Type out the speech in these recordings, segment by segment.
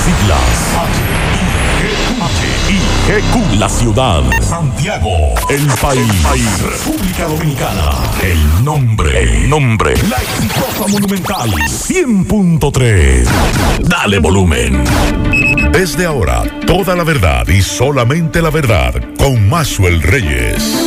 Siglas HIGQ, la ciudad. Santiago, el país. República Dominicana, el nombre. La exitosa Monumental 100.3. Dale volumen. Desde ahora, toda la verdad y solamente la verdad con Maxwell Reyes.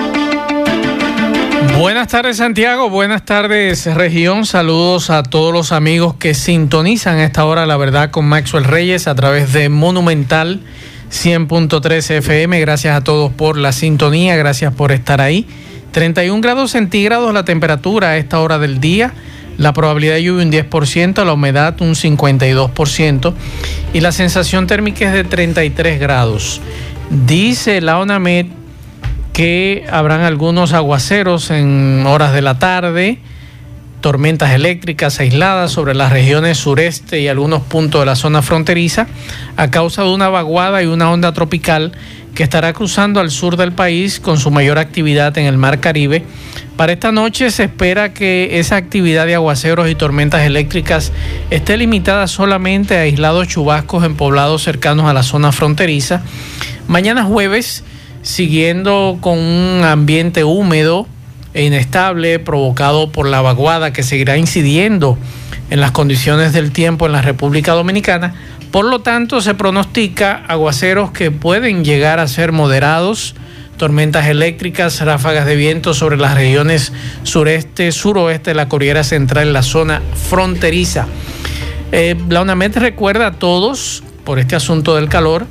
Buenas tardes, Santiago. Buenas tardes, región. Saludos a todos los amigos que sintonizan a esta hora La Verdad con Maxwell Reyes a través de Monumental 100.3 FM. Gracias a todos por la sintonía. Gracias por estar ahí. 31 grados centígrados la temperatura a esta hora del día. La probabilidad de lluvia un 10%, la humedad un 52% y la sensación térmica es de 33 grados. Dice la ONAMED que habrán algunos aguaceros en horas de la tarde, tormentas eléctricas aisladas sobre las regiones sureste y algunos puntos de la zona fronteriza a causa de una vaguada y una onda tropical que estará cruzando al sur del país con su mayor actividad en el Mar Caribe. Para esta noche se espera que esa actividad de aguaceros y tormentas eléctricas esté limitada solamente a aislados chubascos en poblados cercanos a la zona fronteriza. Mañana jueves, siguiendo con un ambiente húmedo e inestable provocado por la vaguada que seguirá incidiendo en las condiciones del tiempo en la República Dominicana. Por lo tanto, se pronostica aguaceros que pueden llegar a ser moderados, tormentas eléctricas, ráfagas de viento sobre las regiones sureste, suroeste de la Cordillera Central, en la zona fronteriza. La UNAMED recuerda a todos, por este asunto del calor,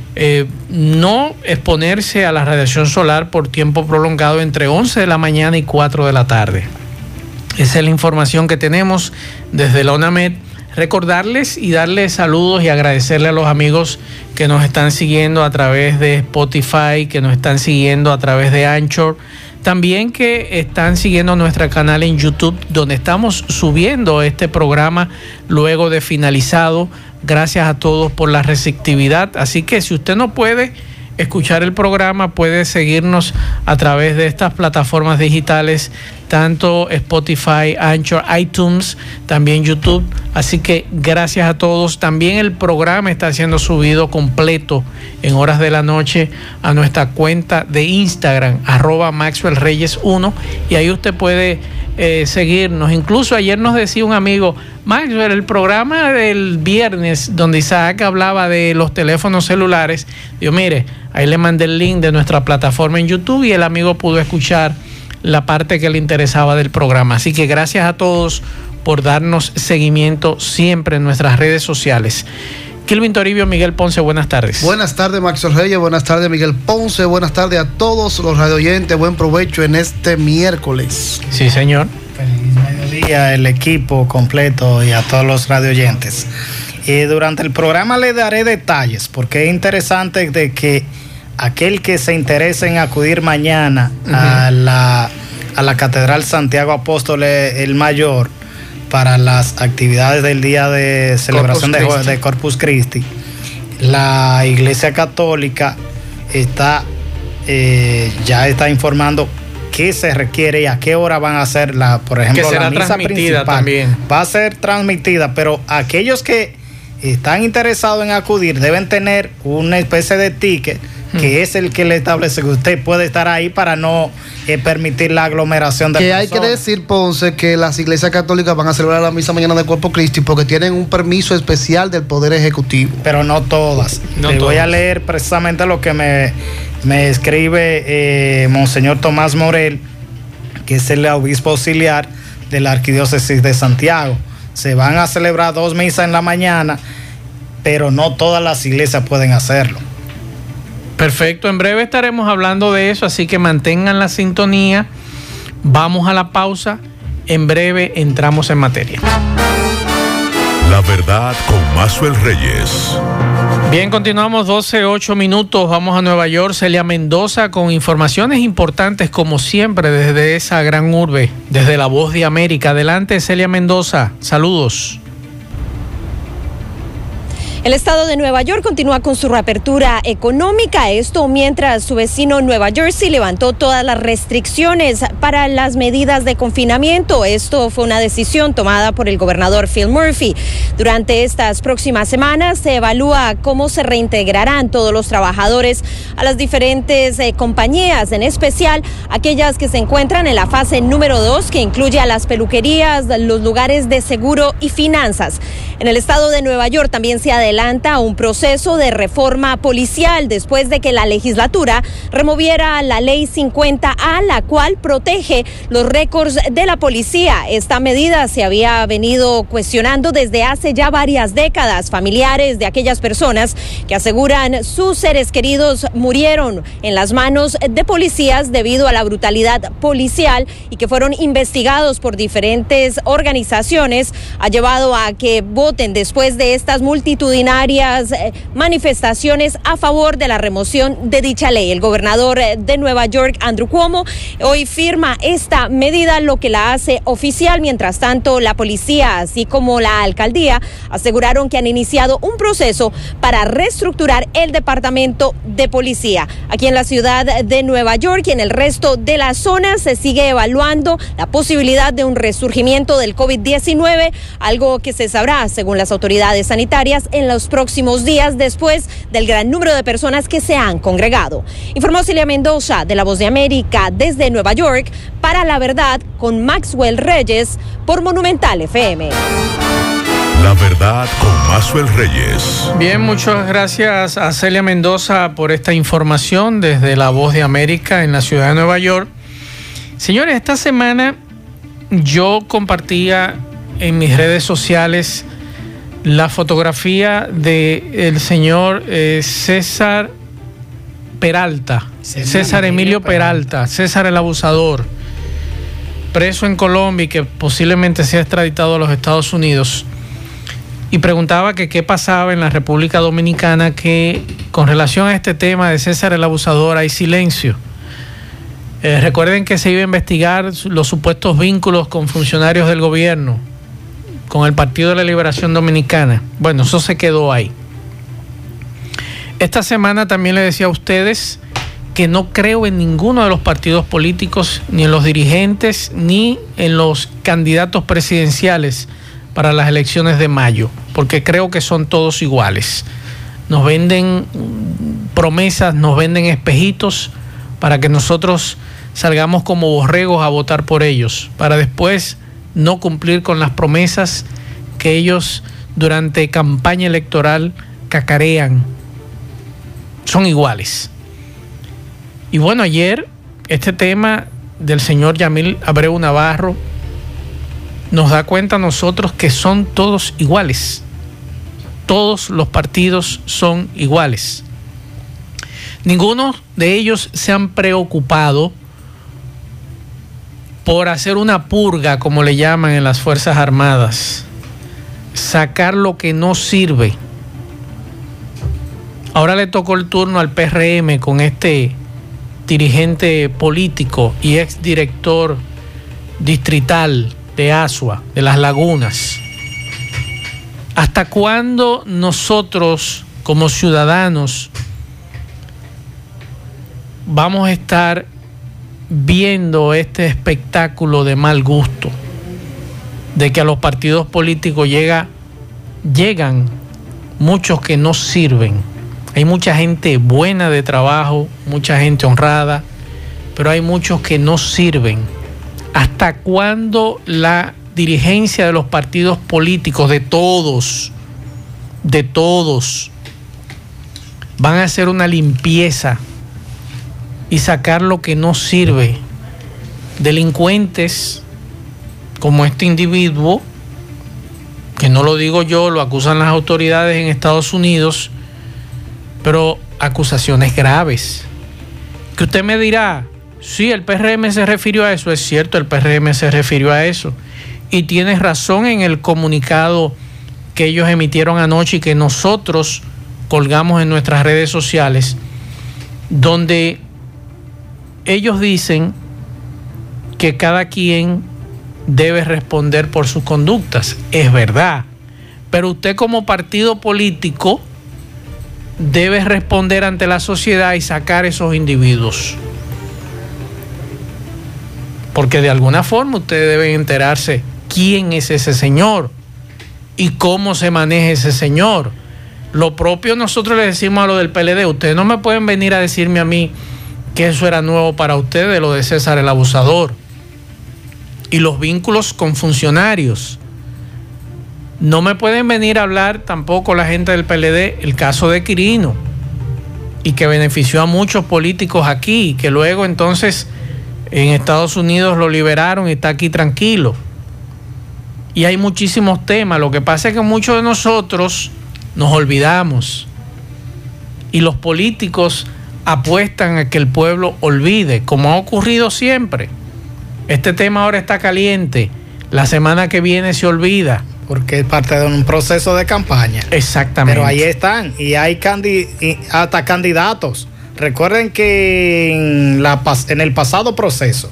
no exponerse a la radiación solar por tiempo prolongado entre 11 de la mañana y 4 de la tarde. Esa es la información que tenemos desde la UNAMED. Recordarles y darles saludos y agradecerle a los amigos que nos están siguiendo a través de Spotify, que nos están siguiendo a través de Anchor, también que están siguiendo nuestro canal en YouTube, donde estamos subiendo este programa luego de finalizado. Gracias a todos por la receptividad. Así que si usted no puede escuchar el programa, puede seguirnos a través de estas plataformas digitales, tanto Spotify, Anchor, iTunes, también YouTube. Así que gracias a todos. También el programa está siendo subido completo en horas de la noche a nuestra cuenta de Instagram, @MaxwellReyes1, y ahí usted puede seguirnos. Incluso ayer nos decía un amigo: Maxwell, el programa del viernes donde Isaac hablaba de los teléfonos celulares, yo mire, ahí le mandé el link de nuestra plataforma en YouTube y el amigo pudo escuchar la parte que le interesaba del programa. Así que gracias a todos por darnos seguimiento siempre en nuestras redes sociales. Kilvin Toribio, Miguel Ponce, buenas tardes. Buenas tardes, Maxwell Reyes, buenas tardes, Miguel Ponce, buenas tardes a todos los radioyentes, buen provecho en este miércoles. Sí, señor. Feliz mediodía, el equipo completo y a todos los radioyentes. Durante el programa le daré detalles, porque es interesante de que aquel que se interese en acudir mañana a la Catedral Santiago Apóstol el Mayor para las actividades del día de celebración de Corpus Christi, la Iglesia Católica ya está informando qué se requiere y a qué hora van a hacer por ejemplo, la misa principal. También va a ser transmitida, pero aquellos que están interesados en acudir deben tener una especie de ticket que es el que le establece que usted puede estar ahí para no permitir la aglomeración de personas. Que hay que decir, Ponce, que las iglesias católicas van a celebrar la misa mañana de Corpus Christi porque tienen un permiso especial del Poder Ejecutivo. Pero no todas. Voy a leer precisamente lo que me escribe Monseñor Tomás Morel, que es el obispo auxiliar de la Arquidiócesis de Santiago. Se van a celebrar 2 misas en la mañana, pero no todas las iglesias pueden hacerlo. Perfecto, en breve estaremos hablando de eso, así que mantengan la sintonía. Vamos a la pausa, en breve entramos en materia. La verdad con Maxwell Reyes. Bien, continuamos 12:08 minutos. Vamos a Nueva York. Celia Mendoza con informaciones importantes como siempre desde esa gran urbe, desde La Voz de América. Adelante, Celia Mendoza. Saludos. El estado de Nueva York continúa con su reapertura económica, esto mientras su vecino Nueva Jersey levantó todas las restricciones para las medidas de confinamiento. Esto fue una decisión tomada por el gobernador Phil Murphy. Durante estas próximas semanas se evalúa cómo se reintegrarán todos los trabajadores a las diferentes compañías, en especial aquellas que se encuentran en la fase número 2, que incluye a las peluquerías, los lugares de seguro y finanzas. En el estado de Nueva York también se adelanta un proceso de reforma policial después de que la legislatura removiera la ley 50A, la cual protege los récords de la policía. Esta medida se había venido cuestionando desde hace ya varias décadas. Familiares de aquellas personas que aseguran sus seres queridos murieron en las manos de policías debido a la brutalidad policial y que fueron investigados por diferentes organizaciones ha llevado a que voten después de estas multitudinarias manifestaciones a favor de la remoción de dicha ley. El gobernador de Nueva York, Andrew Cuomo, hoy firma esta medida, lo que la hace oficial. Mientras tanto, la policía, así como la alcaldía, aseguraron que han iniciado un proceso para reestructurar el departamento de policía. Aquí en la ciudad de Nueva York y en el resto de la zona se sigue evaluando la posibilidad de un resurgimiento del COVID-19, algo que se sabrá, según las autoridades sanitarias, en los próximos días después del gran número de personas que se han congregado. Informó Celia Mendoza de La Voz de América desde Nueva York para La Verdad con Maxwell Reyes por Monumental FM. La Verdad con Maxwell Reyes. Bien, muchas gracias a Celia Mendoza por esta información desde La Voz de América en la ciudad de Nueva York. Señores, esta semana yo compartía en mis redes sociales la fotografía del señor César Peralta, César Emilio Peralta, César el Abusador, preso en Colombia y que posiblemente sea extraditado a los Estados Unidos. Y preguntaba que qué pasaba en la República Dominicana, que con relación a este tema de César el Abusador hay silencio. Recuerden que se iba a investigar los supuestos vínculos con funcionarios del gobierno, con el Partido de la Liberación Dominicana. Bueno, eso se quedó ahí. Esta semana también le decía a ustedes que no creo en ninguno de los partidos políticos, ni en los dirigentes, ni en los candidatos presidenciales para las elecciones de mayo, porque creo que son todos iguales. Nos venden promesas, nos venden espejitos para que nosotros salgamos como borregos a votar por ellos, para después no cumplir con las promesas que ellos durante campaña electoral cacarean. Son iguales. Y bueno, ayer este tema del señor Yamil Abreu Navarro nos da cuenta a nosotros que son todos iguales. Todos los partidos son iguales. Ninguno de ellos se han preocupado por hacer una purga, como le llaman en las Fuerzas Armadas, sacar lo que no sirve. Ahora le tocó el turno al PRM con este dirigente político y exdirector distrital de Asua, de Las Lagunas. ¿Hasta cuándo nosotros, como ciudadanos, vamos a estar viendo este espectáculo de mal gusto, de que a los partidos políticos llegan muchos que no sirven? Hay mucha gente buena de trabajo, mucha gente honrada, pero hay muchos que no sirven. ¿Hasta cuándo la dirigencia de los partidos políticos, de todos, van a hacer una limpieza y sacar lo que no sirve? Delincuentes como este individuo, que no lo digo yo, lo acusan las autoridades en Estados Unidos, pero acusaciones graves. Que usted me dirá, sí, el PRM se refirió a eso. Es cierto, el PRM se refirió a eso. Y tienes razón en el comunicado que ellos emitieron anoche y que nosotros colgamos en nuestras redes sociales, donde ellos dicen que cada quien debe responder por sus conductas. Es verdad, Pero usted como partido político debe responder ante la sociedad y sacar esos individuos. Porque de alguna forma ustedes deben enterarse quién es ese señor y cómo se maneja ese señor. Lo propio nosotros le decimos a lo del PLD. Ustedes no me pueden venir a decirme a mí que eso era nuevo para ustedes, lo de César el Abusador. Y los vínculos con funcionarios. No me pueden venir a hablar tampoco la gente del PLD el caso de Quirino y que benefició a muchos políticos aquí y que luego entonces en Estados Unidos lo liberaron y está aquí tranquilo. Y hay muchísimos temas. Lo que pasa es que muchos de nosotros nos olvidamos y los políticos apuestan a que el pueblo olvide, como ha ocurrido siempre. Este tema ahora está caliente, la semana que viene se olvida. Porque es parte de un proceso de campaña. Exactamente. Pero ahí están, y hay hasta candidatos. Recuerden que en el pasado proceso,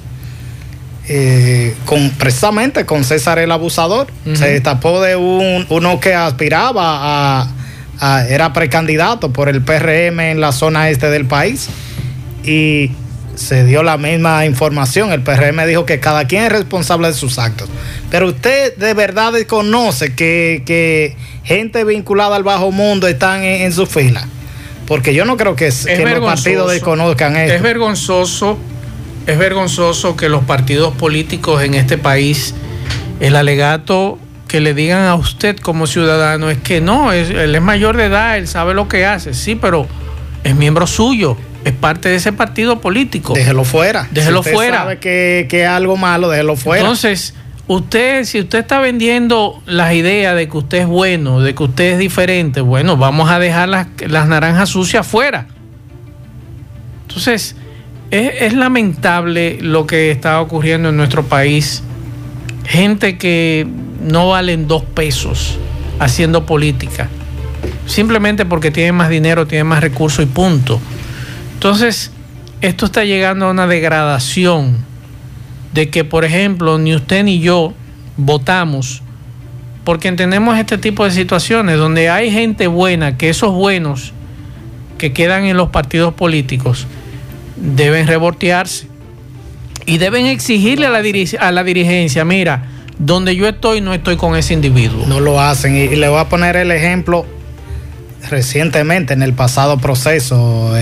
precisamente con César el Abusador, se destapó de uno que aspiraba era precandidato por el PRM en la zona este del país, y se dio la misma información. El PRM dijo que cada quien es responsable de sus actos. Pero usted de verdad desconoce que gente vinculada al bajo mundo están en su fila. Porque yo no creo que los partidos desconozcan esto. Es vergonzoso que los partidos políticos en este país, el alegato que le digan a usted como ciudadano es que no, él es mayor de edad, él sabe lo que hace. Sí, pero es miembro suyo. Es parte de ese partido político. Déjelo fuera. Déjelo si fuera. Sabe que es algo malo, déjelo fuera. Entonces, si usted está vendiendo las ideas de que usted es bueno, de que usted es diferente, bueno, vamos a dejar las naranjas sucias fuera. Entonces, es lamentable lo que está ocurriendo en nuestro país. Gente que no valen 2 pesos haciendo política. Simplemente porque tienen más dinero, tienen más recursos y punto. Entonces, esto está llegando a una degradación de que, por ejemplo, ni usted ni yo votamos porque entendemos este tipo de situaciones donde hay gente buena, que esos buenos que quedan en los partidos políticos deben revoltearse y deben exigirle a la dirigencia, mira, donde yo estoy no estoy con ese individuo. No lo hacen, y le voy a poner el ejemplo. Recientemente, en el pasado proceso,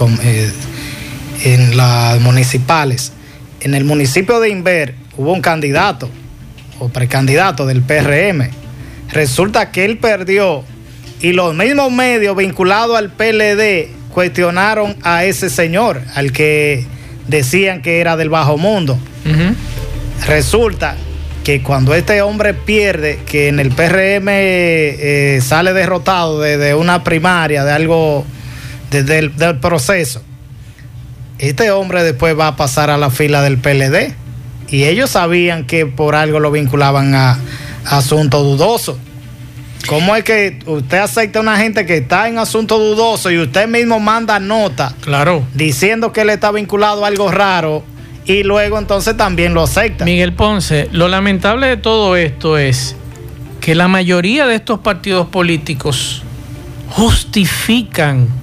en las municipales, en el municipio de Inver hubo un candidato o precandidato del PRM. Resulta que él perdió y los mismos medios vinculados al PLD cuestionaron a ese señor, al que decían que era del bajo mundo. Resulta que cuando este hombre pierde, que en el PRM sale derrotado de una primaria, de algo, del proceso, este hombre después va a pasar a la fila del PLD. Y ellos sabían que por algo lo vinculaban a asuntos dudosos. ¿Cómo es que usted acepta a una gente que está en asuntos dudosos y usted mismo manda nota, claro, diciendo que él está vinculado a algo raro, y luego entonces también lo acepta? Miguel Ponce, lo lamentable de todo esto es que la mayoría de estos partidos políticos justifican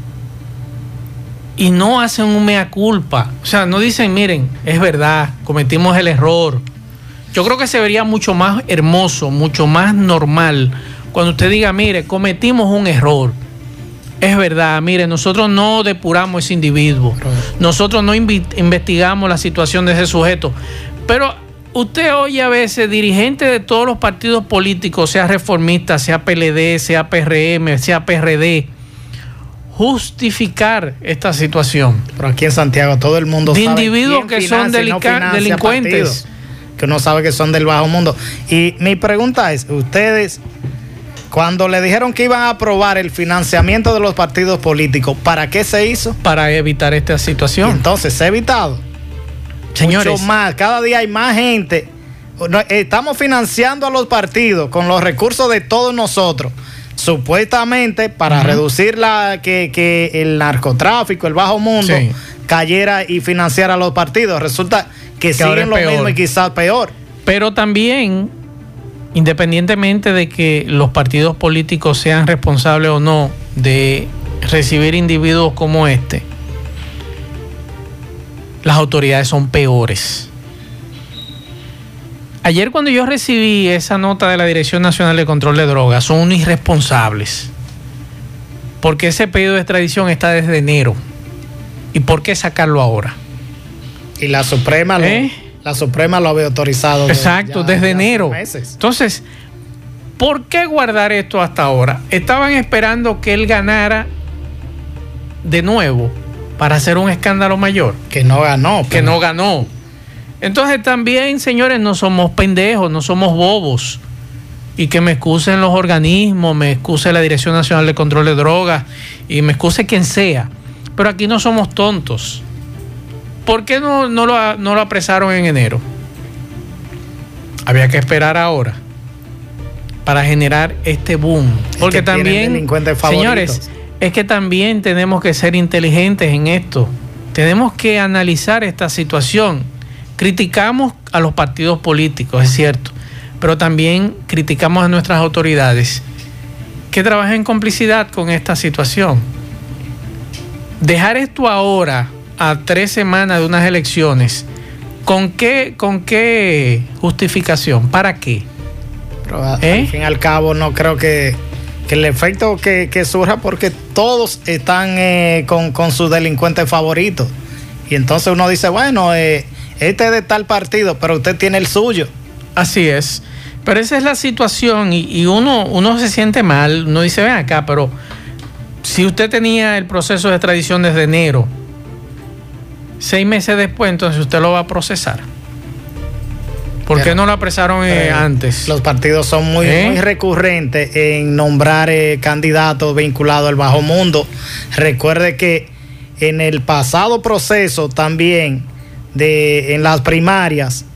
y no hacen un mea culpa. O sea, no dicen, miren, es verdad, cometimos el error. Yo creo que se vería mucho más hermoso, mucho más normal cuando usted diga, mire, cometimos un error. Es verdad, mire, nosotros no depuramos ese individuo, nosotros no investigamos la situación de ese sujeto. Pero usted oye a veces dirigentes de todos los partidos políticos, sea reformista, sea PLD, sea PRM, sea PRD, justificar esta situación. Pero aquí en Santiago todo el mundo de sabe individuos que son delincuentes, partidos, que uno sabe que son del bajo mundo. Y mi pregunta es, ustedes, cuando le dijeron que iban a aprobar el financiamiento de los partidos políticos, ¿para qué se hizo? Para evitar esta situación. Y entonces se ha evitado. Señores, mucho más, cada día hay más gente. Estamos financiando a los partidos con los recursos de todos nosotros, supuestamente para reducir que el narcotráfico, el bajo mundo, cayera y financiara a los partidos. Resulta que siguen lo mismo y quizás peor. Pero también independientemente de que los partidos políticos sean responsables o no de recibir individuos como este, las autoridades son peores. Ayer cuando yo recibí esa nota de la Dirección Nacional de Control de Drogas, son unos irresponsables. Porque ese pedido de extradición está desde enero. ¿Y por qué sacarlo ahora? Y la Suprema lo había autorizado. Exacto, desde enero. Entonces, ¿por qué guardar esto hasta ahora? Estaban esperando que él ganara de nuevo para hacer un escándalo mayor. Que no ganó. Que no ganó. Entonces también, señores, no somos pendejos, no somos bobos. Y que me excusen los organismos, me excuse la Dirección Nacional de Control de Drogas y me excuse quien sea. Pero aquí no somos tontos. ¿Por qué no lo apresaron en enero? Había que esperar ahora para generar este boom. Porque también, señores, es que también tenemos que ser inteligentes en esto. Tenemos que analizar esta situación. Criticamos a los partidos políticos, es cierto, pero también criticamos a nuestras autoridades que trabajan en complicidad con esta situación. Dejar esto ahora, a 3 semanas de unas elecciones, ¿con qué justificación? ¿Para qué? Pero al fin y al cabo no creo que el efecto que surja, porque todos están con sus delincuentes favoritos. Y entonces uno dice, bueno, este es de tal partido, pero usted tiene el suyo. Así es. Pero esa es la situación y uno se siente mal. Uno dice, ven acá, pero si usted tenía el proceso de extradición desde enero, 6 meses después, entonces usted lo va a procesar. ¿Por qué no lo apresaron antes? Los partidos son muy recurrentes en nombrar candidatos vinculados al bajo mundo. Recuerde que en el pasado proceso también, en las primarias,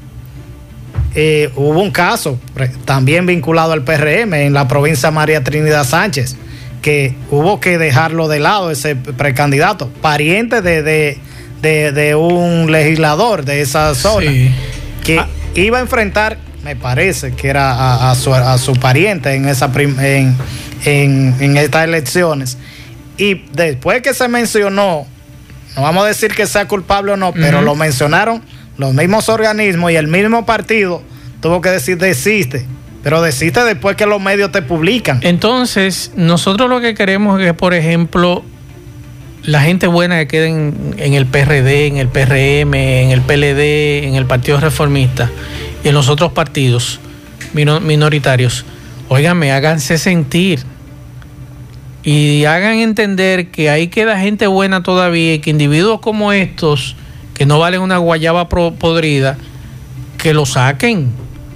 hubo un caso también vinculado al PRM en la provincia María Trinidad Sánchez, que hubo que dejarlo de lado, ese precandidato, pariente de un legislador de esa zona, sí, que iba a enfrentar, me parece que era a su pariente en estas elecciones. Y después que se mencionó, no vamos a decir que sea culpable o no, pero lo mencionaron los mismos organismos y el mismo partido tuvo que decir desiste, pero desiste después que los medios te publican. Entonces, nosotros lo que queremos es que, por ejemplo, la gente buena que quede en el PRD, en el PRM, en el PLD, en el Partido Reformista y en los otros partidos minoritarios, óigame, háganse sentir y hagan entender que ahí queda gente buena todavía y que individuos como estos, que no valen una guayaba podrida, que lo saquen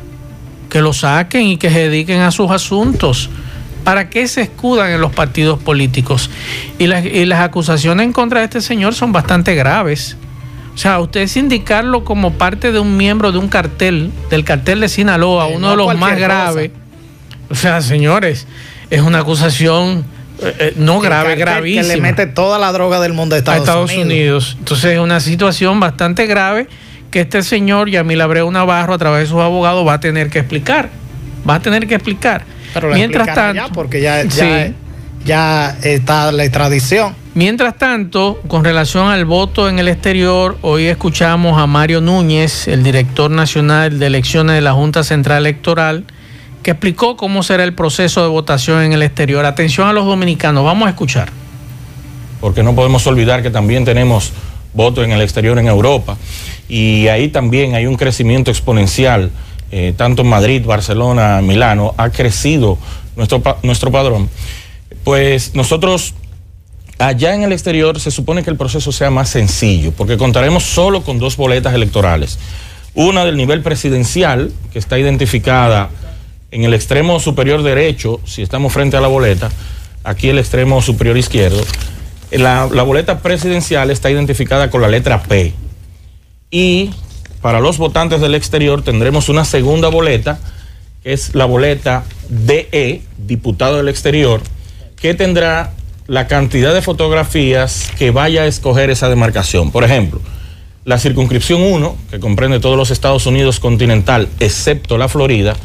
y que se dediquen a sus asuntos. ¿Para qué se escudan en los partidos políticos? Y las acusaciones en contra de este señor son bastante graves. O sea, usted sindicarlo como parte de un miembro de un cartel, del cartel de Sinaloa, uno de los más graves. O sea, señores, es una acusación no grave, gravísima. Que le mete toda la droga del mundo a Estados Unidos. Entonces es una situación bastante grave que este señor, Yamil Abreu Navarro, a través de sus abogados, va a tener que explicar. Pero mientras tanto, ya porque ya está la extradición. Mientras tanto, con relación al voto en el exterior, hoy escuchamos a Mario Núñez, el director nacional de elecciones de la Junta Central Electoral, que explicó cómo será el proceso de votación en el exterior. Atención a los dominicanos, vamos a escuchar. Porque no podemos olvidar que también tenemos voto en el exterior en Europa y ahí también hay un crecimiento exponencial. Tanto en Madrid, Barcelona, Milano, ha crecido nuestro padrón. Pues nosotros, allá en el exterior, se supone que el proceso sea más sencillo, porque contaremos solo con 2 boletas electorales. Una del nivel presidencial, que está identificada en el extremo superior derecho, si estamos frente a la boleta, aquí el extremo superior izquierdo. La boleta presidencial está identificada con la letra P. Y para los votantes del exterior tendremos una segunda boleta, que es la boleta DE, diputado del exterior, que tendrá la cantidad de fotografías que vaya a escoger esa demarcación. Por ejemplo, la circunscripción 1, que comprende todos los Estados Unidos continental, excepto la Florida,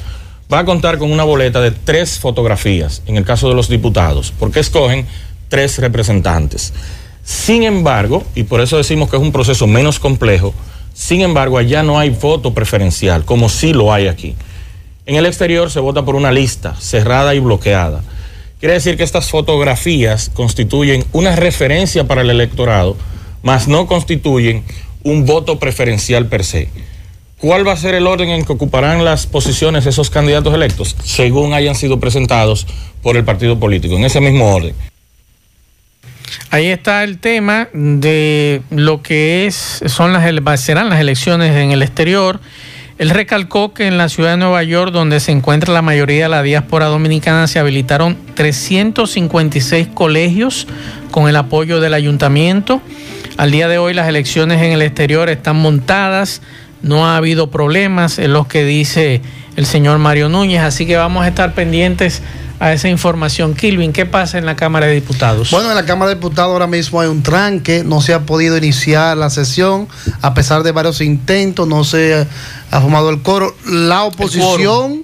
va a contar con una boleta de 3 fotografías, en el caso de los diputados, porque escogen 3 representantes. Sin embargo, y por eso decimos que es un proceso menos complejo, sin embargo, allá no hay voto preferencial, como sí lo hay aquí. En el exterior se vota por una lista cerrada y bloqueada. Quiere decir que estas fotografías constituyen una referencia para el electorado, mas no constituyen un voto preferencial per se. ¿Cuál va a ser el orden en que ocuparán las posiciones esos candidatos electos? Según hayan sido presentados por el partido político, en ese mismo orden. Ahí está el tema de lo que serán las elecciones en el exterior. Él recalcó que en la ciudad de Nueva York, donde se encuentra la mayoría de la diáspora dominicana, se habilitaron 356 colegios con el apoyo del ayuntamiento. Al día de hoy las elecciones en el exterior están montadas, no ha habido problemas, es lo que dice el señor Mario Núñez, así que vamos a estar pendientes a esa información. Kilvin, ¿qué pasa en la Cámara de Diputados? Bueno, en la Cámara de Diputados ahora mismo hay un tranque, no se ha podido iniciar la sesión, a pesar de varios intentos, no se ha formado el quórum. La oposición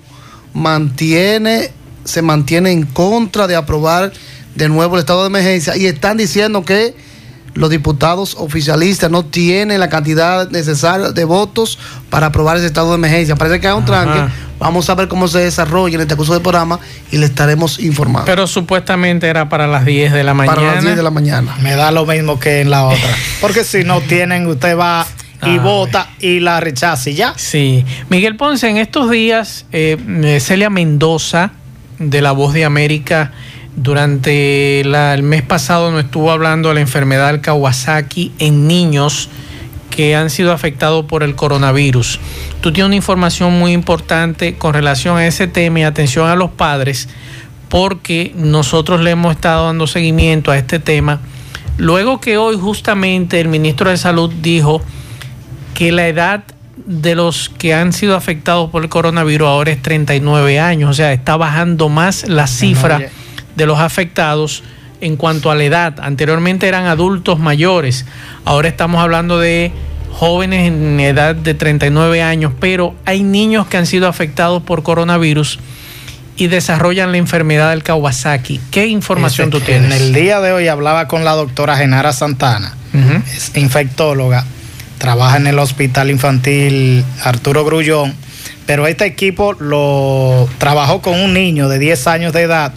se mantiene en contra de aprobar de nuevo el estado de emergencia y están diciendo que los diputados oficialistas no tienen la cantidad necesaria de votos para aprobar ese estado de emergencia. Parece que hay un tranque. Vamos a ver cómo se desarrolla en este curso del programa y le estaremos informando. Pero supuestamente era para las 10 de la mañana. Para las 10 de la mañana. Me da lo mismo que en la otra. Porque si no tienen, usted va y vota y la rechaza y ya. Sí. Miguel Ponce, en estos días, Celia Mendoza, de La Voz de América, durante el mes pasado nos estuvo hablando de la enfermedad del Kawasaki en niños que han sido afectados por el coronavirus. Tú tienes una información muy importante con relación a ese tema y atención a los padres, porque nosotros le hemos estado dando seguimiento a este tema, luego que hoy justamente el ministro de Salud dijo que la edad de los que han sido afectados por el coronavirus ahora es 39 años, o sea, está bajando más la cifra de los afectados en cuanto a la edad. Anteriormente eran adultos mayores, ahora estamos hablando de jóvenes en edad de 39 años, pero hay niños que han sido afectados por coronavirus y desarrollan la enfermedad del Kawasaki. ¿Qué información tú tienes? En el día de hoy hablaba con la doctora Genara Santana, es infectóloga, trabaja en el Hospital Infantil Arturo Grullón, pero este equipo lo trabajó con un niño de 10 años de edad,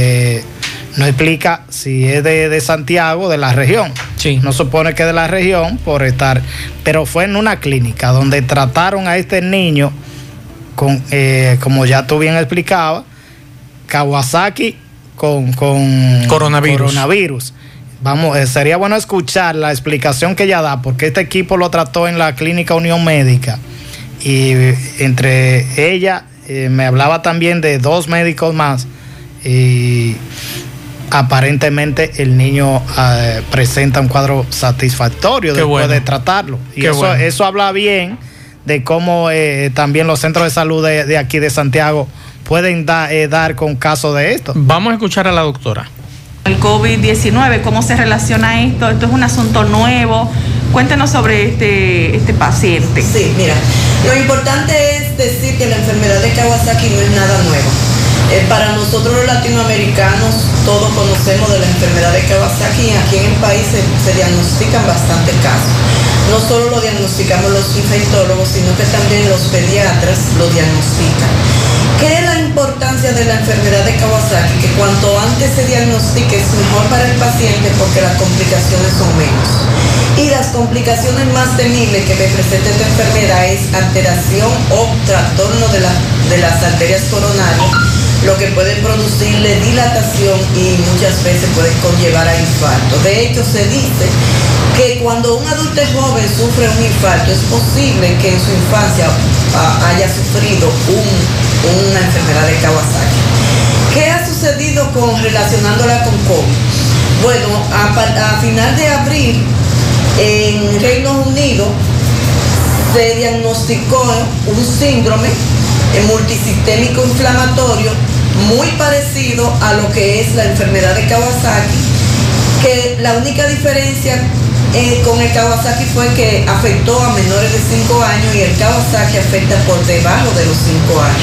no explica si es de Santiago, de la región. Sí. No supone que de la región por estar, pero fue en una clínica donde trataron a este niño con, como ya tú bien explicabas, Kawasaki con coronavirus. Vamos, sería bueno escuchar la explicación que ella da, porque este equipo lo trató en la Clínica Unión Médica. Y entre ella me hablaba también de 2 médicos más y aparentemente el niño presenta un cuadro satisfactorio después de tratarlo. Y eso habla bien de cómo también los centros de salud de aquí de Santiago pueden dar con caso de esto. Vamos a escuchar a la doctora. El COVID-19, ¿cómo se relaciona esto? Esto es un asunto nuevo. Cuéntenos sobre este paciente. Sí, mira, lo importante es decir que la enfermedad de Kawasaki no es nada nuevo. Para nosotros los latinoamericanos todos conocemos de la enfermedad de Kawasaki y aquí en el país se diagnostican bastantes casos. No solo lo diagnosticamos los infectólogos, sino que también los pediatras lo diagnostican. ¿Qué es la importancia de la enfermedad de Kawasaki? Que cuanto antes se diagnostique es mejor para el paciente porque las complicaciones son menos. Y las complicaciones más temibles que presenta esta enfermedad es alteración o trastorno de las arterias coronarias, lo que puede producirle dilatación y muchas veces puede conllevar a infarto. De hecho, se dice que cuando un adulto joven sufre un infarto, es posible que en su infancia haya sufrido una enfermedad de Kawasaki. ¿Qué ha sucedido relacionándola con COVID? Bueno, a final de abril, en Reino Unido, se diagnosticó un síndrome multisistémico inflamatorio muy parecido a lo que es la enfermedad de Kawasaki, que la única diferencia con el Kawasaki fue que afectó a menores de 5 años y el Kawasaki afecta por debajo de los 5 años.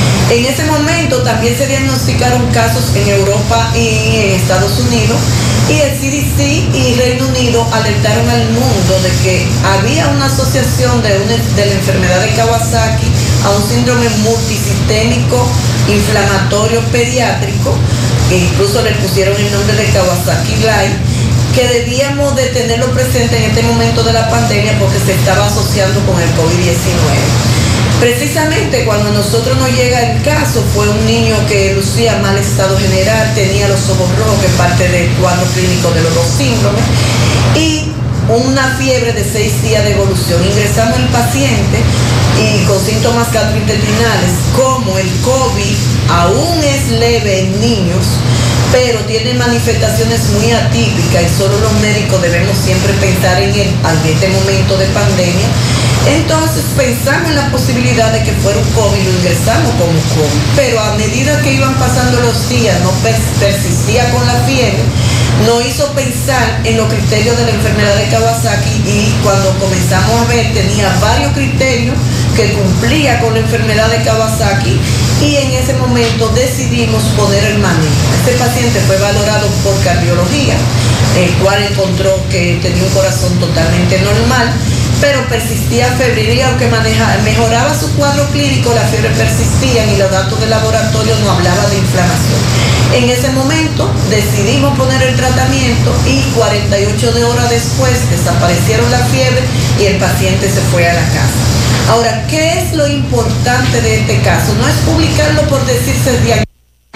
En ese momento también se diagnosticaron casos en Europa y en Estados Unidos, y el CDC y Reino Unido alertaron al mundo de que había una asociación de la enfermedad de Kawasaki a un síndrome multisistémico inflamatorio pediátrico, que incluso le pusieron el nombre de Kawasaki Light, que debíamos de tenerlo presente en este momento de la pandemia porque se estaba asociando con el COVID-19. Precisamente cuando a nosotros nos llega el caso, fue un niño que lucía mal estado general, tenía los ojos rojos, que es parte del cuadro clínico de los dos síndromes, y una fiebre de 6 días de evolución. Ingresamos el paciente y con síntomas gastrointestinales, como el COVID aún es leve en niños, pero tiene manifestaciones muy atípicas y solo los médicos debemos siempre pensar en él en este momento de pandemia. Entonces pensamos en la posibilidad de que fuera un COVID, lo ingresamos como COVID, pero a medida que iban pasando los días, no persistía con la fiebre, nos hizo pensar en los criterios de la enfermedad de Kawasaki, y cuando comenzamos a ver tenía varios criterios que cumplía con la enfermedad de Kawasaki, y en ese momento decidimos poner el manejo. Este paciente fue valorado por cardiología, el cual encontró que tenía un corazón totalmente normal, pero persistía febril, y aunque mejoraba su cuadro clínico, la fiebre persistía y los datos de laboratorio no hablaban de inflamación. En ese momento decidimos poner el tratamiento y 48 horas después desaparecieron la fiebre y el paciente se fue a la casa. Ahora, ¿qué es lo importante de este caso? No es publicarlo por decirse diagnóstico.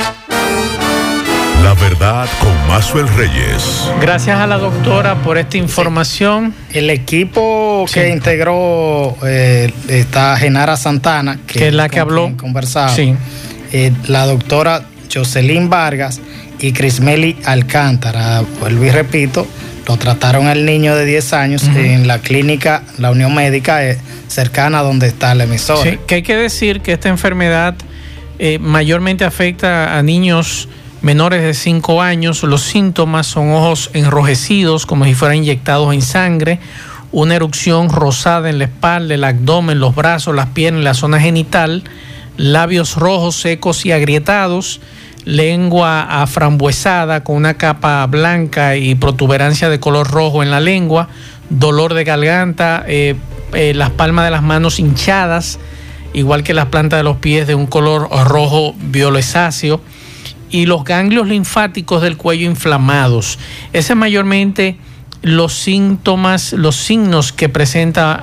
La verdad con Maxwell Reyes. Gracias a la doctora por esta información. El equipo que integró está Genara Santana, que es la que habló. Conversaba. Sí. La doctora Jocelyn Vargas y Crismeli Alcántara. Vuelvo y repito, lo trataron al niño de 10 años en la clínica, la Unión Médica cercana a donde está la emisora. Sí, que hay que decir que esta enfermedad mayormente afecta a niños menores de 5 años. Los síntomas son ojos enrojecidos como si fueran inyectados en sangre, una erupción rosada en la espalda, el abdomen, los brazos, las piernas, la zona genital, labios rojos, secos y agrietados, lengua aframbuesada con una capa blanca y protuberancia de color rojo en la lengua, dolor de garganta, las palmas de las manos hinchadas, igual que las plantas de los pies, de un color rojo violesáceo, y los ganglios linfáticos del cuello inflamados. Ese es mayormente los síntomas, los signos que presenta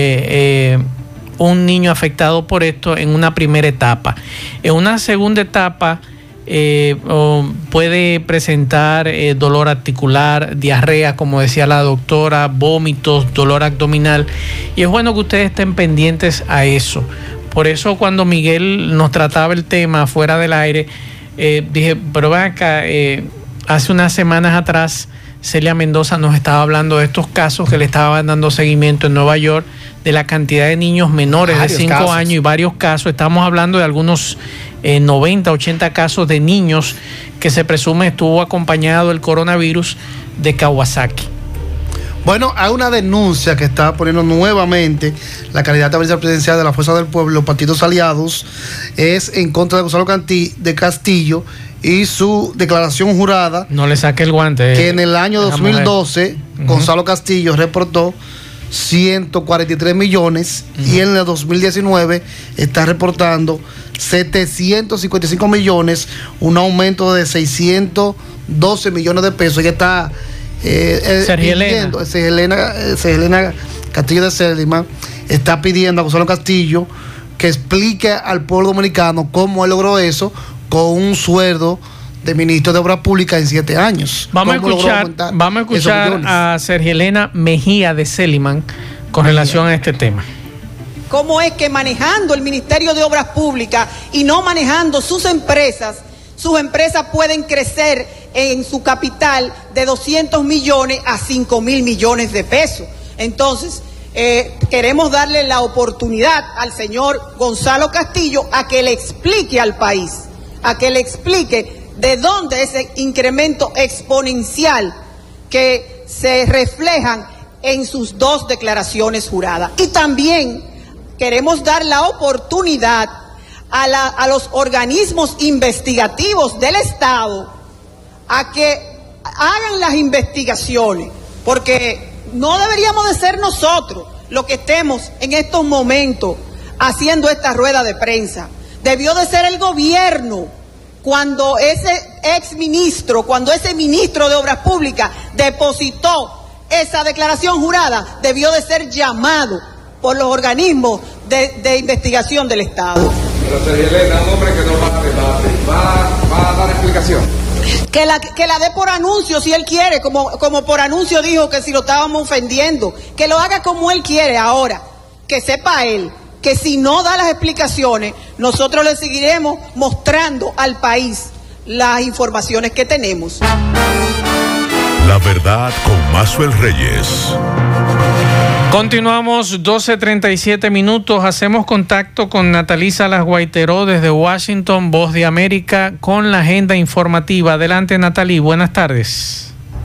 un niño afectado por esto en una primera etapa. En una segunda etapa puede presentar dolor articular, diarrea, como decía la doctora, vómitos, dolor abdominal, y es bueno que ustedes estén pendientes a eso. Por eso cuando Miguel nos trataba el tema fuera del aire, dije, pero ven acá, hace unas semanas atrás Celia Mendoza nos estaba hablando de estos casos que le estaban dando seguimiento en Nueva York, de la cantidad de niños menores de 5 años y varios casos. Estamos hablando de algunos 90, 80 casos de niños que se presume estuvo acompañado el coronavirus de Kawasaki. Bueno, hay una denuncia que está poniendo nuevamente la candidata vicepresidencial de la Fuerza del Pueblo, los partidos aliados, es en contra de Gonzalo Castillo y su declaración jurada. No le saque el guante. Que en el año 2012, Gonzalo Castillo reportó 143 millones y en el 2019 está reportando 755 millones, un aumento de 612 millones de pesos. Ya está Sergilena Castillo de Célima está pidiendo a Gonzalo Castillo que explique al pueblo dominicano cómo él logró eso con un sueldo de ministro de Obras Públicas en 7 años. Vamos a escuchar a Sergilena Mejía de Céliman con relación a este tema. ¿Cómo es que manejando el Ministerio de Obras Públicas y no manejando sus empresas pueden crecer en su capital de 200 millones a 5.000 millones de pesos? Entonces, queremos darle la oportunidad al señor Gonzalo Castillo a que le explique al país, a que le explique de dónde ese incremento exponencial que se reflejan en sus 2 declaraciones juradas. Y también queremos dar la oportunidad a los organismos investigativos del Estado a que hagan las investigaciones, porque no deberíamos de ser nosotros los que estemos en estos momentos haciendo esta rueda de prensa. Debió de ser el gobierno, cuando ese ministro de Obras Públicas depositó esa declaración jurada, debió de ser llamado por los organismos de investigación del Estado. Pero Elena, un hombre que no va a debate, va a dar explicación. Que la dé por anuncio si él quiere, como por anuncio dijo que si lo estábamos ofendiendo, que lo haga como él quiere. Ahora, que sepa él que si no da las explicaciones, nosotros le seguiremos mostrando al país las informaciones que tenemos. La verdad con Maxwell Reyes. Continuamos, 12:37 minutos. Hacemos contacto con Natalí Salas Guaiteró desde Washington, Voz de América, con la agenda informativa. Adelante, Natalí, buenas tardes.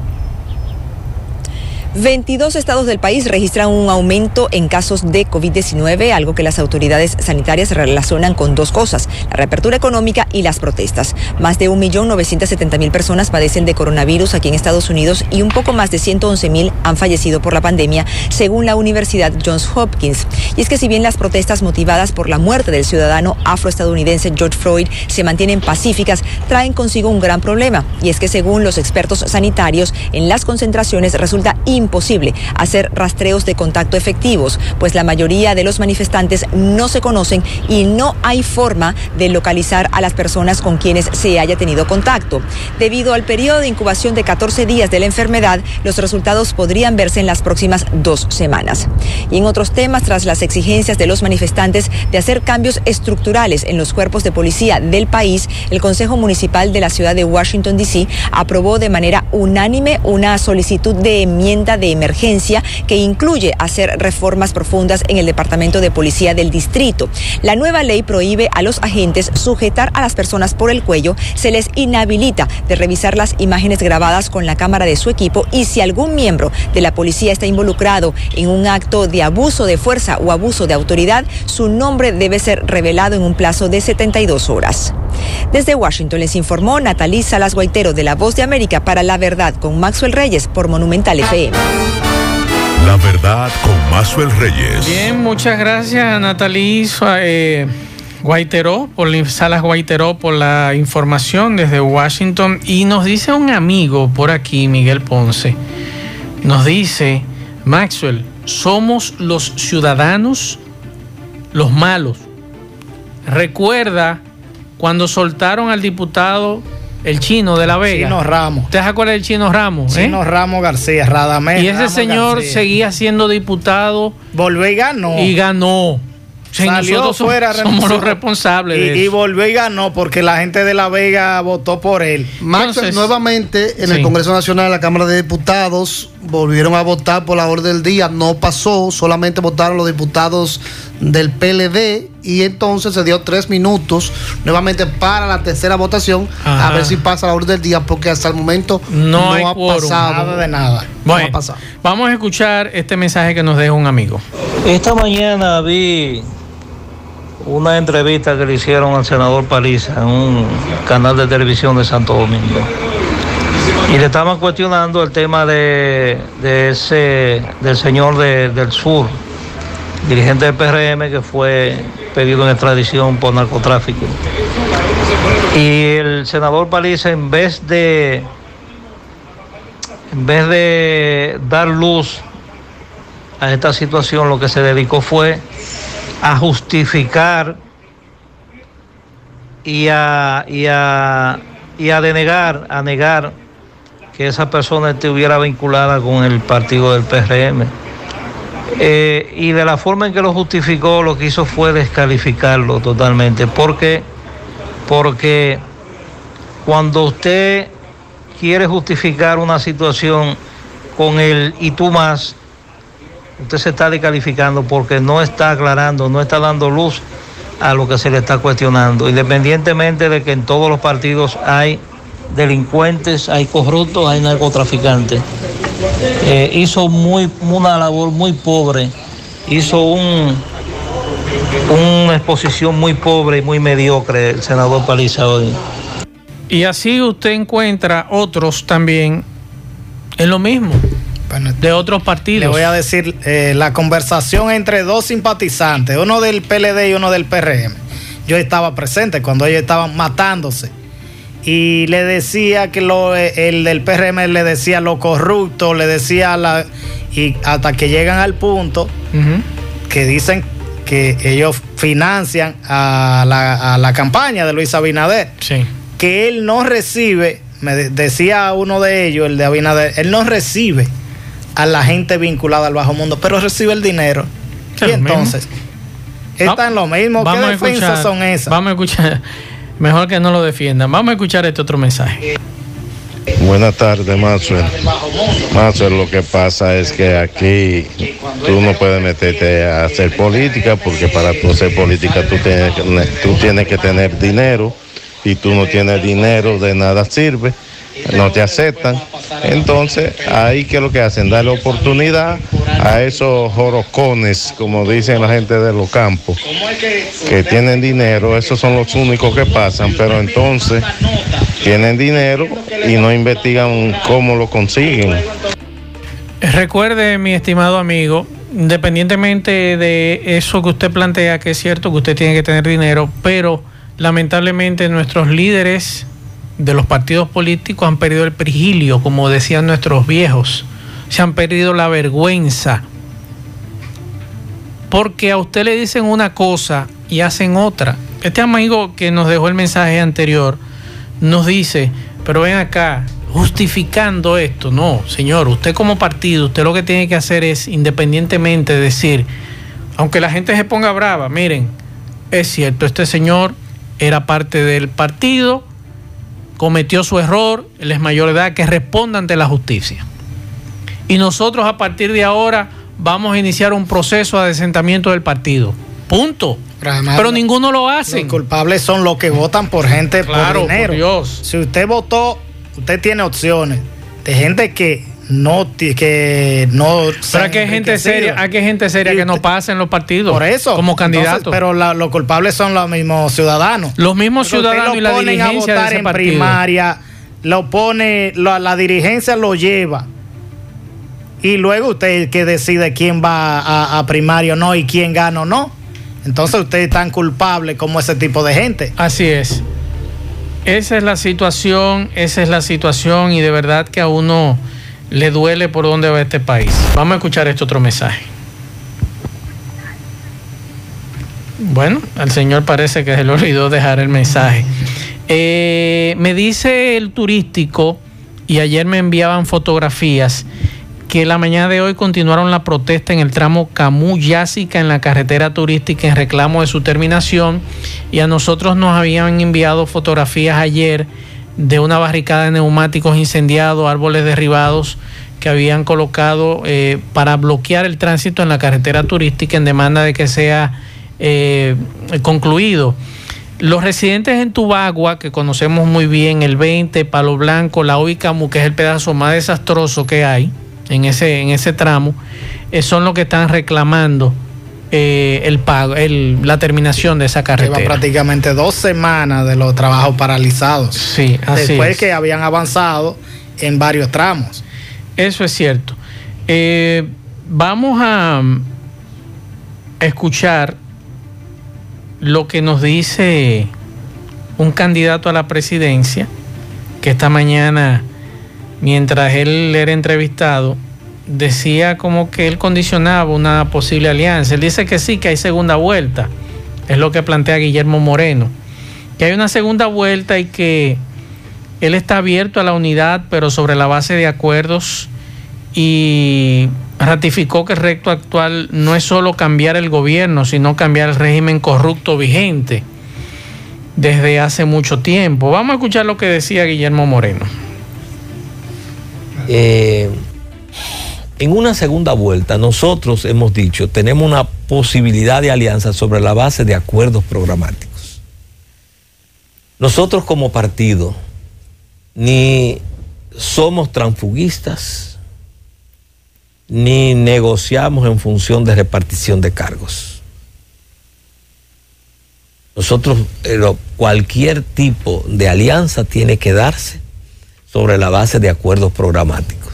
22 estados del país registran un aumento en casos de COVID-19, algo que las autoridades sanitarias relacionan con dos cosas: la reapertura económica y las protestas. Más de 1.970.000 personas padecen de coronavirus aquí en Estados Unidos y un poco más de 111.000 han fallecido por la pandemia, según la Universidad Johns Hopkins. Y es que si bien las protestas motivadas por la muerte del ciudadano afroestadounidense George Floyd se mantienen pacíficas, traen consigo un gran problema, y es que según los expertos sanitarios, en las concentraciones resulta imposible hacer rastreos de contacto efectivos, pues la mayoría de los manifestantes no se conocen y no hay forma de localizar a las personas con quienes se haya tenido contacto. Debido al periodo de incubación de 14 días de la enfermedad, los resultados podrían verse en las próximas 2 semanas. Y en otros temas, tras las exigencias de los manifestantes de hacer cambios estructurales en los cuerpos de policía del país, el Consejo Municipal de la ciudad de Washington, D.C., aprobó de manera unánime una solicitud de enmienda de emergencia que incluye hacer reformas profundas en el Departamento de Policía del Distrito. La nueva ley prohíbe a los agentes sujetar a las personas por el cuello, se les inhabilita de revisar las imágenes grabadas con la cámara de su equipo, y si algún miembro de la policía está involucrado en un acto de abuso de fuerza o abuso de autoridad, su nombre debe ser revelado en un plazo de 72 horas. Desde Washington les informó Natalí Salas Guaiteró de La Voz de América para La Verdad con Maxwell Reyes por Monumental FM. La Verdad con Maxwell Reyes. Bien, muchas gracias a Natalí Salas Guaiteró por la información desde Washington. Y nos dice un amigo por aquí, Miguel Ponce, nos dice: Maxwell, somos los ciudadanos los malos. Recuerda cuando soltaron al diputado el Chino de La Vega. Chino Ramos. ¿Usted se acuerda del Chino Ramos? Chino Ramos García, Radamés. Y ese Ramos señor García seguía siendo diputado. Volvió y ganó. Y ganó. Salió fuera, somos los responsables de eso. Y volvió y ganó porque la gente de La Vega votó por él. Entonces, nuevamente en el Congreso Nacional, la Cámara de Diputados, volvieron a votar por la orden del día. No pasó, solamente votaron los diputados del PLD, y entonces se dio 3 minutos nuevamente para la tercera votación. Ajá. A ver si pasa la orden del día, porque hasta el momento no ha pasado nada de nada. Bueno, no ha pasado. Vamos a escuchar este mensaje que nos deja un amigo. Esta mañana vi una entrevista que le hicieron al senador Paliza en un canal de televisión de Santo Domingo, y le estaban cuestionando el tema del señor del sur, dirigente del PRM, que fue pedido en extradición por narcotráfico. Y el senador Paliza, en vez de dar luz a esta situación, lo que se dedicó fue a justificar y a negar que esa persona estuviera vinculada con el partido del PRM. Y de la forma en que lo justificó, lo que hizo fue descalificarlo totalmente. Porque cuando usted quiere justificar una situación con el y tú más, usted se está descalificando, porque no está aclarando, no está dando luz a lo que se le está cuestionando, independientemente de que en todos los partidos hay delincuentes, hay corruptos, hay narcotraficantes. Hizo una labor muy pobre, hizo una exposición muy pobre y muy mediocre el senador Paliza hoy. Y así usted encuentra otros también en lo mismo, bueno, de otros partidos. Le voy a decir la conversación entre dos simpatizantes, uno del PLD y uno del PRM. Yo estaba presente cuando ellos estaban matándose. Y le decía que el del PRM le decía lo corrupto, le decía y hasta que llegan al punto que dicen que ellos financian a la campaña de Luis Abinader. Sí. Que él no recibe, me decía uno de ellos, el de Abinader, él no recibe a la gente vinculada al bajo mundo, pero recibe el dinero. Y entonces, está en lo mismo. ¿Qué defensas son esas? Vamos a escuchar, mejor que no lo defiendan. Vamos a escuchar este otro mensaje. Buenas tardes, Maxwell. Maxwell, lo que pasa es que aquí tú no puedes meterte a hacer política, porque para tú hacer política tú tienes que tener dinero, y tú no tienes dinero, de nada sirve, no te aceptan. Entonces, ahí que lo que hacen, darle oportunidad a esos jorocones, como dicen la gente de los campos, que tienen dinero. Esos son los únicos que pasan, pero entonces tienen dinero y no investigan cómo lo consiguen. Recuerde, mi estimado amigo, independientemente de eso que usted plantea, que es cierto que usted tiene que tener dinero, pero lamentablemente nuestros líderes de los partidos políticos han perdido el prigilio, como decían nuestros viejos. Se han perdido la vergüenza, porque a usted le dicen una cosa y hacen otra. Este amigo que nos dejó el mensaje anterior nos dice, pero ven acá, justificando esto. No, señor, usted como partido, usted lo que tiene que hacer es, independientemente, decir, aunque la gente se ponga brava, miren, es cierto, este señor era parte del partido, cometió su error, él es mayor de edad, que responda ante la justicia. Y nosotros a partir de ahora vamos a iniciar un proceso de asentamiento del partido. Punto. Pero ninguno lo hace. Los culpables son los que votan por gente, claro, por dinero. Por Dios. Si usted votó, usted tiene opciones de gente que no. Pero hay gente seria, que no pasa en los partidos. Por eso. Como candidato. Pero los culpables son los mismos ciudadanos. Los mismos ciudadanos y la dirigencia de ese en partido. Primaria, la dirigencia lo lleva. Y luego usted que decide quién va a primaria o no y quién gana o no. Entonces usted es tan culpable como ese tipo de gente. Así es. Esa es la situación y de verdad que a uno le duele por dónde va este país. Vamos a escuchar este otro mensaje. Bueno, al señor parece que se le olvidó dejar el mensaje. Me dice el turístico, y ayer me enviaban fotografías, que la mañana de hoy continuaron la protesta en el tramo Camus-Yásica en la carretera turística en reclamo de su terminación, y a nosotros nos habían enviado fotografías ayer de una barricada de neumáticos incendiados, árboles derribados que habían colocado para bloquear el tránsito en la carretera turística en demanda de que sea concluido. Los residentes en Tubagua, que conocemos muy bien, el 20, Palo Blanco, La Hoy y Camus, que es el pedazo más desastroso que hay en ese tramo, son los que están reclamando el pago, la terminación de esa carretera. Lleva prácticamente 2 semanas de los trabajos paralizados. Sí, así después es. Que habían avanzado en varios tramos. Eso es cierto. Vamos a escuchar lo que nos dice un candidato a la presidencia, que esta mañana, mientras él era entrevistado, decía como que él condicionaba una posible alianza. Él dice que sí, que hay segunda vuelta. Es lo que plantea Guillermo Moreno, que hay una segunda vuelta y que él está abierto a la unidad, pero sobre la base de acuerdos, y ratificó que el reto actual no es solo cambiar el gobierno, sino cambiar el régimen corrupto vigente desde hace mucho tiempo. Vamos a escuchar lo que decía Guillermo Moreno. En una segunda vuelta, nosotros hemos dicho, tenemos una posibilidad de alianza sobre la base de acuerdos programáticos. Nosotros como partido ni somos transfugistas, ni negociamos en función de repartición de cargos. Nosotros, cualquier tipo de alianza tiene que darse sobre la base de acuerdos programáticos.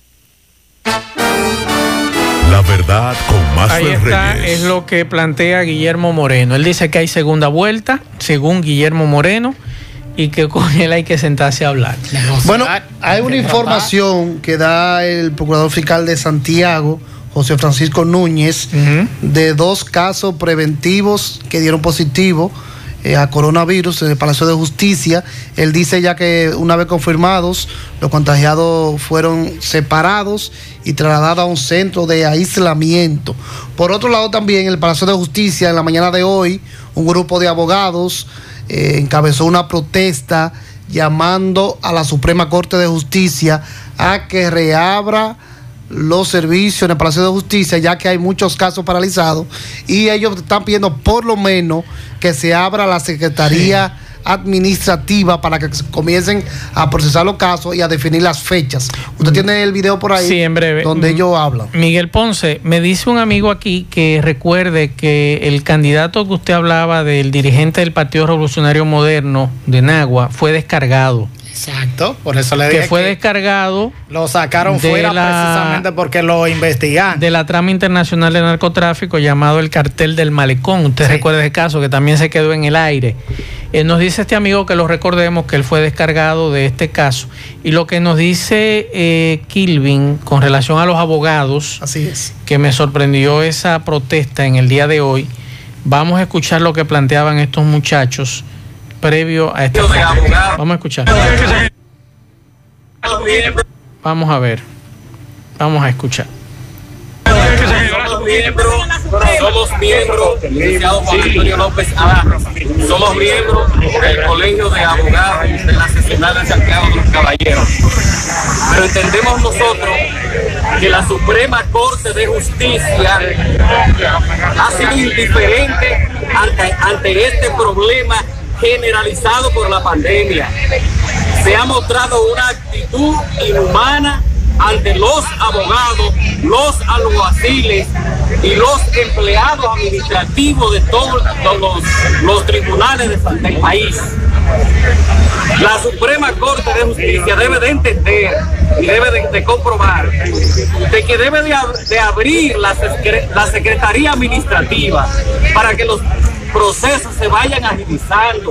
La verdad con Maxwell Reyes. Ahí está, es lo que plantea Guillermo Moreno. Él dice que hay segunda vuelta, según Guillermo Moreno, y que con él hay que sentarse a hablar. Bueno, hay una información que da el procurador fiscal de Santiago, José Francisco Núñez, de 2 casos preventivos que dieron positivo a coronavirus en el Palacio de Justicia. Él dice ya que una vez confirmados, los contagiados fueron separados y trasladados a un centro de aislamiento. Por otro lado, también en el Palacio de Justicia, en la mañana de hoy, un grupo de abogados encabezó una protesta llamando a la Suprema Corte de Justicia a que reabra los servicios en el Palacio de Justicia, ya que hay muchos casos paralizados, y ellos están pidiendo por lo menos que se abra la Secretaría Administrativa para que comiencen a procesar los casos y a definir las fechas. Usted tiene el video por ahí, sí, en breve, donde ellos hablan. Miguel Ponce, me dice un amigo aquí que recuerde que el candidato que usted hablaba, del dirigente del Partido Revolucionario Moderno de Nagua, fue descargado. Exacto, por eso le dije que fue descargado. Lo sacaron fuera precisamente porque lo investigan. De la trama internacional de narcotráfico llamado el Cartel del Malecón. Usted recuerda ese caso que también se quedó en el aire. Nos dice este amigo que lo recordemos, que él fue descargado de este caso. Y lo que nos dice Kilvin con relación a los abogados, así es, que me sorprendió esa protesta en el día de hoy. Vamos a escuchar lo que planteaban estos muchachos previo a este. Vamos a escuchar. Vamos a ver. Vamos a escuchar. Somos miembros, licenciado Juan Antonio López Adarra, somos miembros del Colegio de Abogados de la Seccional de Santiago de los Caballeros. Pero entendemos nosotros que la Suprema Corte de Justicia ha sido indiferente ante este problema generalizado por la pandemia. Se ha mostrado una actitud inhumana ante los abogados, los alguaciles y los empleados administrativos de todos los tribunales del país. La Suprema Corte de Justicia debe de entender y debe de comprobar de que debe de abrir la Secretaría Administrativa para que los procesos se vayan agilizando.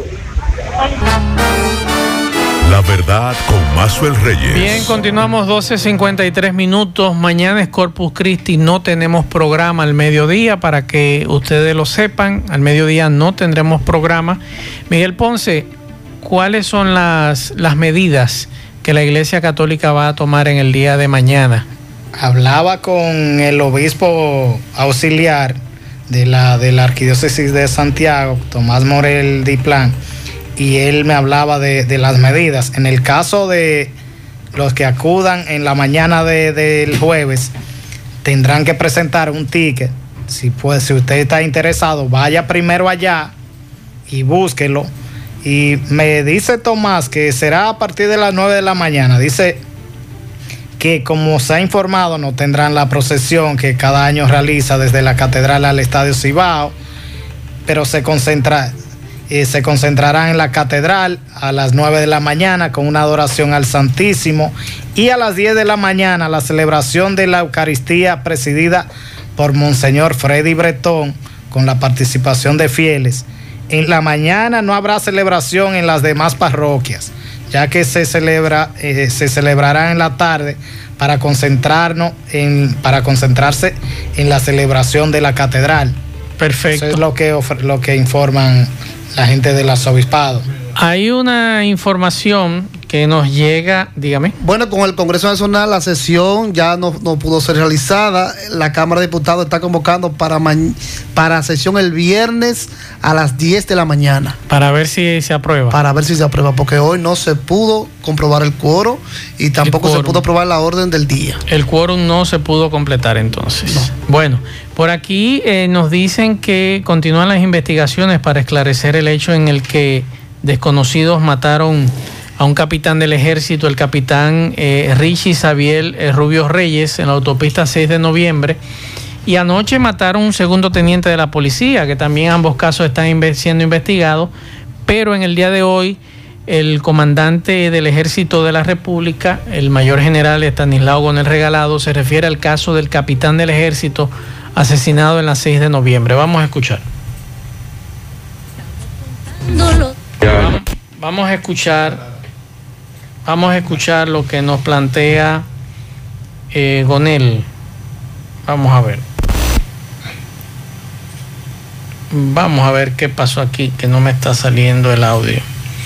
La verdad con Maxwell Reyes. Bien, continuamos 12:53 minutos. Mañana es Corpus Christi, no tenemos programa al mediodía, para que ustedes lo sepan. Al mediodía no tendremos programa. Miguel Ponce, ¿cuáles son las medidas que la Iglesia Católica va a tomar en el día de mañana? Hablaba con el obispo auxiliar de la Arquidiócesis de Santiago, Tomás Morel Diplán, y él me hablaba de las medidas. En el caso de los que acudan en la mañana del jueves, tendrán que presentar un ticket. Si usted está interesado, vaya primero allá y búsquelo. Y me dice Tomás que será a partir de las 9 de la mañana. Dice que, como se ha informado, no tendrán la procesión que cada año realiza desde la catedral al Estadio Cibao, pero se concentrarán en la catedral a las 9 de la mañana con una adoración al Santísimo, y a las 10 de la mañana la celebración de la Eucaristía presidida por Monseñor Freddy Bretón con la participación de fieles. En la mañana no habrá celebración en las demás parroquias, ya que se celebrará en la tarde para concentrarse en la celebración de la catedral. Perfecto. Eso es lo que informan la gente del arzobispado. Hay una información que nos llega, dígame. Bueno, con el Congreso Nacional la sesión ya no pudo ser realizada. La Cámara de Diputados está convocando para sesión el viernes a las 10 de la mañana. Para ver si se aprueba. Para ver si se aprueba, porque hoy no se pudo comprobar el quórum y tampoco se pudo aprobar la orden del día. El quórum no se pudo completar entonces. No. Bueno, por aquí nos dicen que continúan las investigaciones para esclarecer el hecho en el que desconocidos mataron a un capitán del ejército, el capitán Richie Xavier Rubio Reyes, en la autopista 6 de noviembre. Y anoche mataron un segundo teniente de la policía, que también ambos casos están siendo investigados, pero en el día de hoy el comandante del Ejército de la República, el mayor general Estanislao Gonel Regalado, se refiere al caso del capitán del Ejército asesinado en la 6 de noviembre. Vamos a escuchar. Vamos a escuchar lo que nos plantea Gonel. Vamos a ver qué pasó aquí, que no me está saliendo el audio.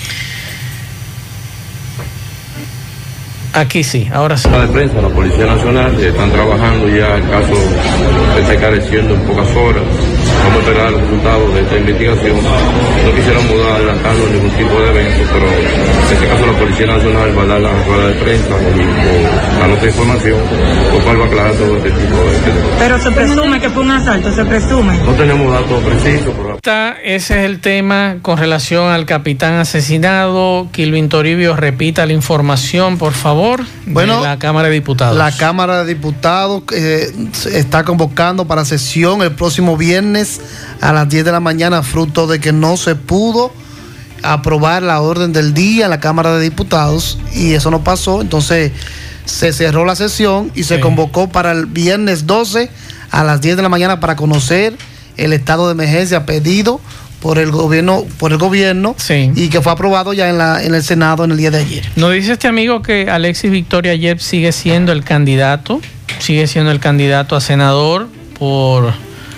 Aquí sí, ahora sí. La de prensa, la Policía Nacional, están trabajando ya, el caso está careciendo en pocas horas. Vamos a esperar los resultados de esta investigación. No quisiéramos adelantarnos ningún tipo de evento, pero en este caso la Policía Nacional va a dar la rueda de prensa y la nota de información, por cual va a aclarar todo este tipo de temas. Pero se presume que fue un asalto, se presume. No tenemos datos precisos. Ese es el tema con relación al capitán asesinado. Kilvin Toribio, repita la información, por favor, de la Cámara de Diputados. La Cámara de Diputados está convocando para sesión el próximo viernes a las 10 de la mañana, fruto de que no se pudo aprobar la orden del día en la Cámara de Diputados y eso no pasó. Entonces se cerró la sesión y se convocó para el viernes 12 a las 10 de la mañana para conocer el estado de emergencia pedido por el gobierno y que fue aprobado ya en el Senado en el día de ayer. Nos dice este amigo que Alexis Victoria Yep sigue siendo el candidato a senador por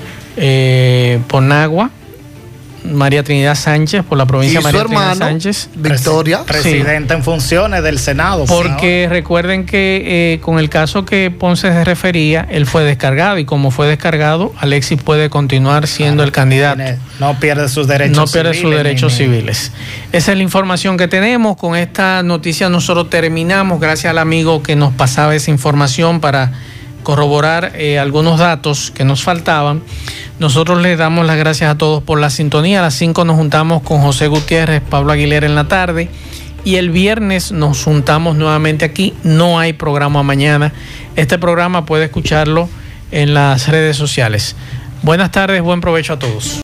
Nagua. María Trinidad Sánchez por la provincia de María Trinidad Sánchez. Victoria. Presidenta en funciones del Senado. Porque recuerden que con el caso que Ponce se refería, él fue descargado y como fue descargado, Alexis puede continuar siendo el candidato. No pierde sus derechos civiles. Esa es la información que tenemos. Con esta noticia nosotros terminamos. Gracias al amigo que nos pasaba esa información para corroborar algunos datos que nos faltaban. Nosotros les damos las gracias a todos por la sintonía. A las 5 nos juntamos con José Gutiérrez, Pablo Aguilera en la tarde y el viernes nos juntamos nuevamente aquí. No hay programa mañana. Este programa puede escucharlo en las redes sociales. Buenas tardes, buen provecho a todos.